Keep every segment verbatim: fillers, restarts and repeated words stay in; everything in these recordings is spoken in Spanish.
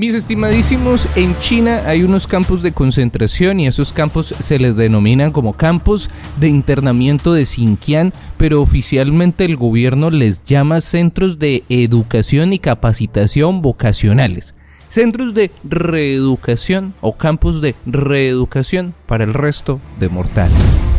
Mis estimadísimos, en China hay unos campos de concentración y esos campos se les denominan como campos de internamiento de Xinjiang, pero oficialmente el gobierno les llama centros de educación y capacitación vocacionales. Centros de reeducación o campos de reeducación para el resto de mortales.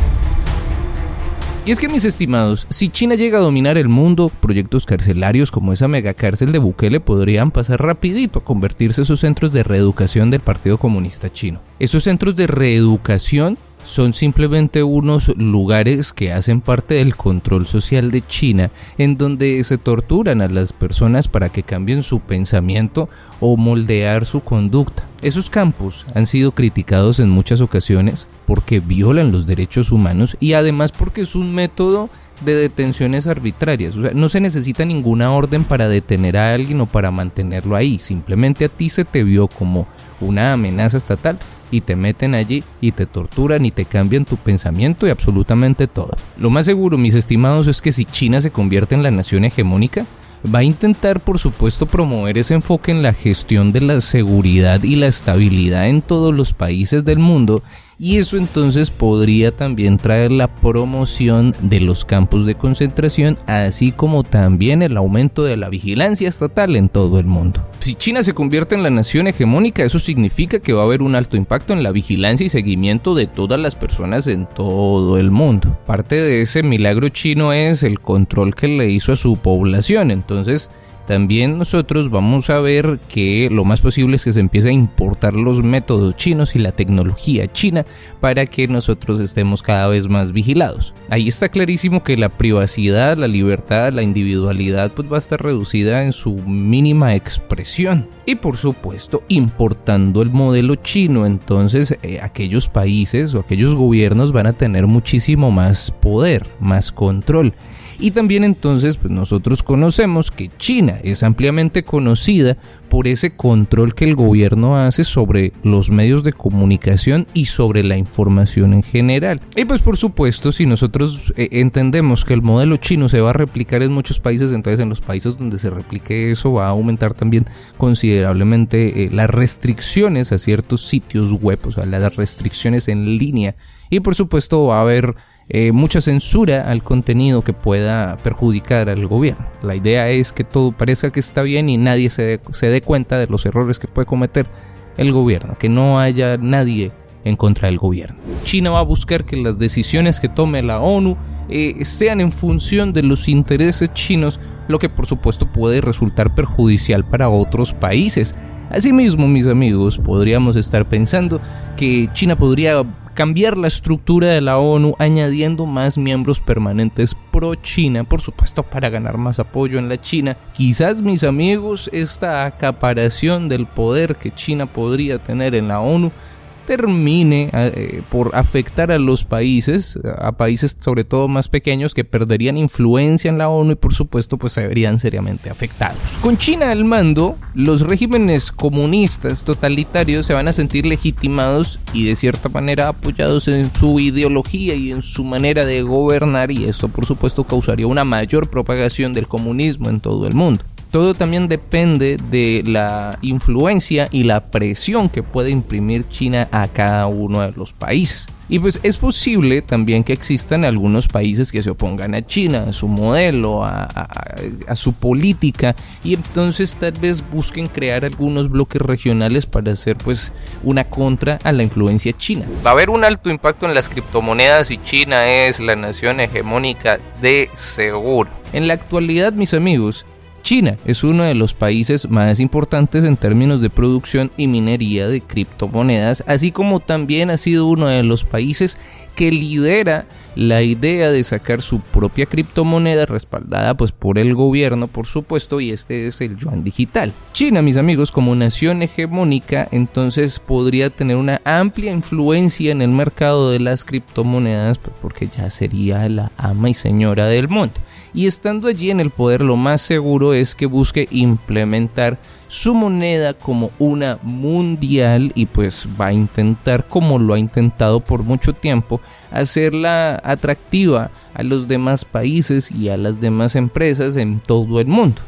Y es que, mis estimados, si China llega a dominar el mundo, proyectos carcelarios como esa megacárcel de Bukele podrían pasar rapidito a convertirse en esos centros de reeducación del Partido Comunista Chino. Esos centros de reeducación son simplemente unos lugares que hacen parte del control social de China, en donde se torturan a las personas para que cambien su pensamiento o moldear su conducta. Esos campos han sido criticados en muchas ocasiones porque violan los derechos humanos y además porque es un método de detenciones arbitrarias. O sea, no se necesita ninguna orden para detener a alguien o para mantenerlo ahí. Simplemente a ti se te vio como una amenaza estatal y te meten allí y te torturan y te cambian tu pensamiento y absolutamente todo. Lo más seguro, mis estimados, es que si China se convierte en la nación hegemónica, va a intentar, por supuesto, promover ese enfoque en la gestión de la seguridad y la estabilidad en todos los países del mundo, y eso entonces podría también traer la promoción de los campos de concentración, así como también el aumento de la vigilancia estatal en todo el mundo. Si China se convierte en la nación hegemónica, eso significa que va a haber un alto impacto en la vigilancia y seguimiento de todas las personas en todo el mundo. Parte de ese milagro chino es el control que le hizo a su población. Entonces, también nosotros vamos a ver que lo más posible es que se empiece a importar los métodos chinos y la tecnología china para que nosotros estemos cada vez más vigilados. Ahí está clarísimo que la privacidad, la libertad, la individualidad pues va a estar reducida en su mínima expresión. Y por supuesto, importando el modelo chino, entonces eh, aquellos países o aquellos gobiernos van a tener muchísimo más poder, más control. Y también entonces pues nosotros conocemos que China es ampliamente conocida por ese control que el gobierno hace sobre los medios de comunicación y sobre la información en general. Y pues por supuesto, si nosotros eh, entendemos que el modelo chino se va a replicar en muchos países, entonces en los países donde se replique eso va a aumentar también considerablemente eh, las restricciones a ciertos sitios web, o sea, las restricciones en línea. Y por supuesto va a haber Eh, mucha censura al contenido que pueda perjudicar al gobierno. La idea es que todo parezca que está bien y nadie se dé, se dé cuenta de los errores que puede cometer el gobierno, que no haya nadie en contra del gobierno. China va a buscar que las decisiones que tome la ONU eh, sean en función de los intereses chinos, lo que por supuesto puede resultar perjudicial para otros países. Asimismo, mis amigos, podríamos estar pensando que China podría cambiar la estructura de la ONU añadiendo más miembros permanentes pro China, por supuesto para ganar más apoyo en la China. Quizás, mis amigos, esta acaparación del poder que China podría tener en la ONU termine eh, por afectar a los países, a países sobre todo más pequeños que perderían influencia en la ONU y por supuesto pues se verían seriamente afectados. Con China al mando, los regímenes comunistas totalitarios se van a sentir legitimados y de cierta manera apoyados en su ideología y en su manera de gobernar, y esto por supuesto causaría una mayor propagación del comunismo en todo el mundo. Todo también depende de la influencia y la presión que puede imprimir China a cada uno de los países. Y pues es posible también que existan algunos países que se opongan a China, a su modelo, a, a, a su política, y entonces tal vez busquen crear algunos bloques regionales para hacer pues una contra a la influencia china. Va a haber un alto impacto en las criptomonedas y China es la nación hegemónica de seguro. En la actualidad, mis amigos, China es uno de los países más importantes en términos de producción y minería de criptomonedas, así como también ha sido uno de los países que lidera la idea de sacar su propia criptomoneda respaldada pues por el gobierno, por supuesto, y este es el yuan digital. China, mis amigos, como nación hegemónica, entonces podría tener una amplia influencia en el mercado de las criptomonedas, pues porque ya sería la ama y señora del mundo. Y estando allí en el poder, lo más seguro es que busque implementar su moneda como una mundial y pues va a intentar, como lo ha intentado por mucho tiempo, hacerla atractiva a los demás países y a las demás empresas en todo el mundo.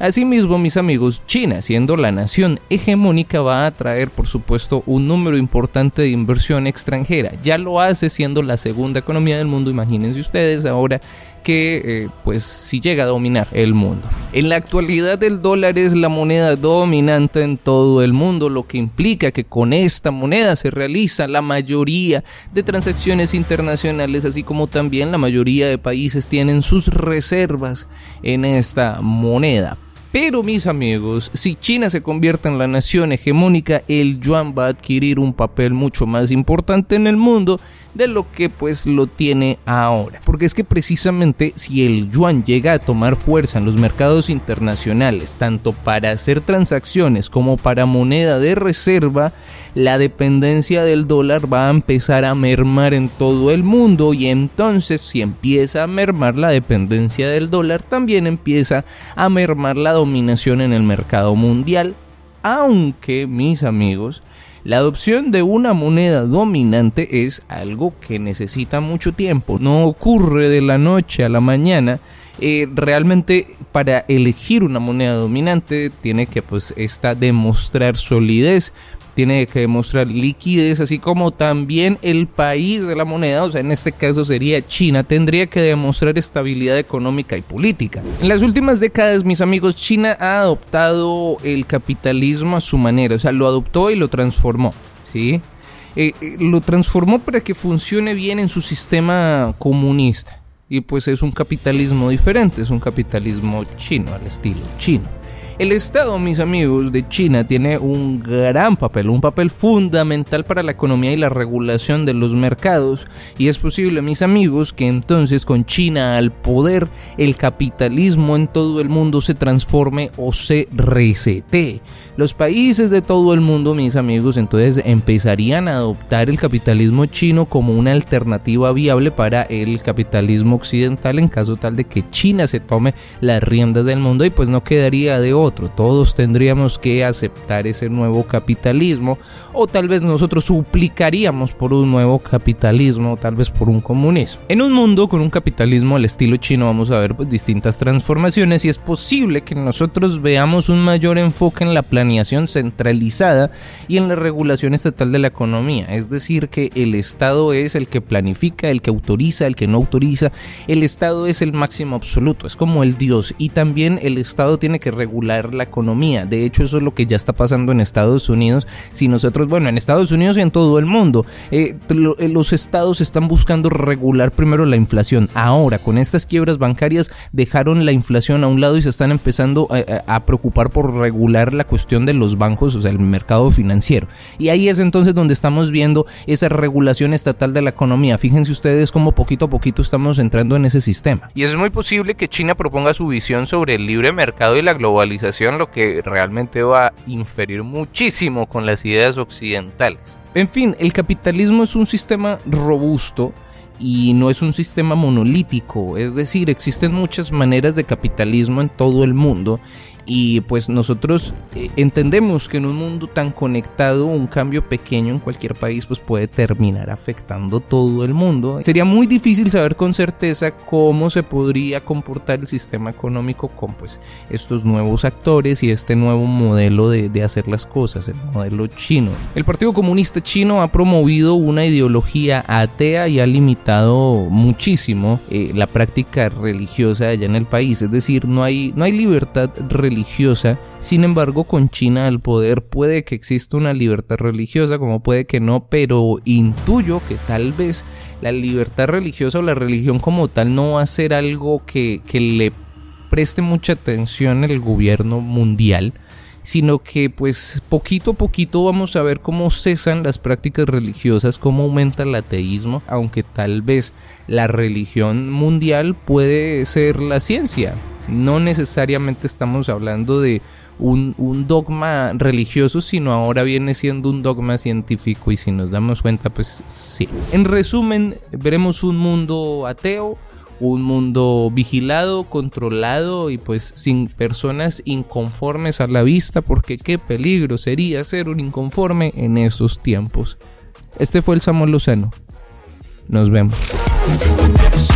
Asimismo, mis amigos, China, siendo la nación hegemónica, va a atraer, por supuesto, un número importante de inversión extranjera. Ya lo hace siendo la segunda economía del mundo, imagínense ustedes ahora que eh, pues si llega a dominar el mundo. En la actualidad el dólar es la moneda dominante en todo el mundo, lo que implica que con esta moneda se realiza la mayoría de transacciones internacionales, así como también la mayoría de países tienen sus reservas en esta moneda. Pero mis amigos, si China se convierte en la nación hegemónica, el yuan va a adquirir un papel mucho más importante en el mundo de lo que pues lo tiene ahora. Porque es que precisamente si el yuan llega a tomar fuerza en los mercados internacionales, tanto para hacer transacciones como para moneda de reserva, la dependencia del dólar va a empezar a mermar en todo el mundo, y entonces si empieza a mermar la dependencia del dólar, también empieza a mermar la dominación en el mercado mundial. Aunque, mis amigos, la adopción de una moneda dominante es algo que necesita mucho tiempo, no ocurre de la noche a la mañana. Eh, realmente para elegir una moneda dominante tiene que pues esta demostrar solidez, tiene que demostrar liquidez, así como también el país de la moneda, o sea, en este caso sería China, tendría que demostrar estabilidad económica y política. En las últimas décadas, mis amigos, China ha adoptado el capitalismo a su manera, o sea, lo adoptó y lo transformó, ¿sí? Eh, eh, lo transformó para que funcione bien en su sistema comunista, y pues es un capitalismo diferente, es un capitalismo chino, al estilo chino. El Estado, mis amigos, de China tiene un gran papel, un papel fundamental para la economía y la regulación de los mercados, y es posible, mis amigos, que entonces con China al poder, el capitalismo en todo el mundo se transforme o se resetee. Los países de todo el mundo, mis amigos, entonces empezarían a adoptar el capitalismo chino como una alternativa viable para el capitalismo occidental en caso tal de que China se tome las riendas del mundo, y pues no quedaría de otro. Todos tendríamos que aceptar ese nuevo capitalismo, o tal vez nosotros suplicaríamos por un nuevo capitalismo, o tal vez por un comunismo. En un mundo con un capitalismo al estilo chino vamos a ver pues distintas transformaciones, y es posible que nosotros veamos un mayor enfoque en la planeación centralizada y en la regulación estatal de la economía, es decir, que el Estado es el que planifica, el que autoriza, el que no autoriza. El Estado es el máximo absoluto, es como el Dios, y también el Estado tiene que regular la economía. De hecho, eso es lo que ya está pasando en Estados Unidos. Si nosotros, bueno, en Estados Unidos y en todo el mundo, eh, lo, eh, los estados están buscando regular primero la inflación. Ahora, con estas quiebras bancarias, dejaron la inflación a un lado y se están empezando a, a preocupar por regular la cuestión de los bancos, o sea, el mercado financiero. Y ahí es entonces donde estamos viendo esa regulación estatal de la economía. Fíjense ustedes cómo poquito a poquito estamos entrando en ese sistema. Y es muy posible que China proponga su visión sobre el libre mercado y la globalización, lo que realmente va a inferir muchísimo con las ideas occidentales. En fin, el capitalismo es un sistema robusto y no es un sistema monolítico, es decir, existen muchas maneras de capitalismo en todo el mundo. Y pues nosotros eh, entendemos que en un mundo tan conectado, un cambio pequeño en cualquier país pues puede terminar afectando todo el mundo. Sería muy difícil saber con certeza cómo se podría comportar el sistema económico con pues estos nuevos actores y este nuevo modelo de, de hacer las cosas, el modelo chino. El Partido Comunista Chino ha promovido una ideología atea y ha limitado muchísimo eh, la práctica religiosa allá en el país, es decir, no hay, no hay libertad religiosa religiosa. Sin embargo, con China al poder puede que exista una libertad religiosa, como puede que no, pero intuyo que tal vez la libertad religiosa o la religión como tal no va a ser algo que, que le preste mucha atención el gobierno mundial, sino que pues poquito a poquito vamos a ver cómo cesan las prácticas religiosas, cómo aumenta el ateísmo, aunque tal vez la religión mundial puede ser la ciencia. No necesariamente estamos hablando de un, un dogma religioso, sino ahora viene siendo un dogma científico, y si nos damos cuenta, pues sí. En resumen, veremos un mundo ateo, un mundo vigilado, controlado y pues sin personas inconformes a la vista, porque qué peligro sería ser un inconforme en esos tiempos. Este fue el Samuel Lozano. Nos vemos.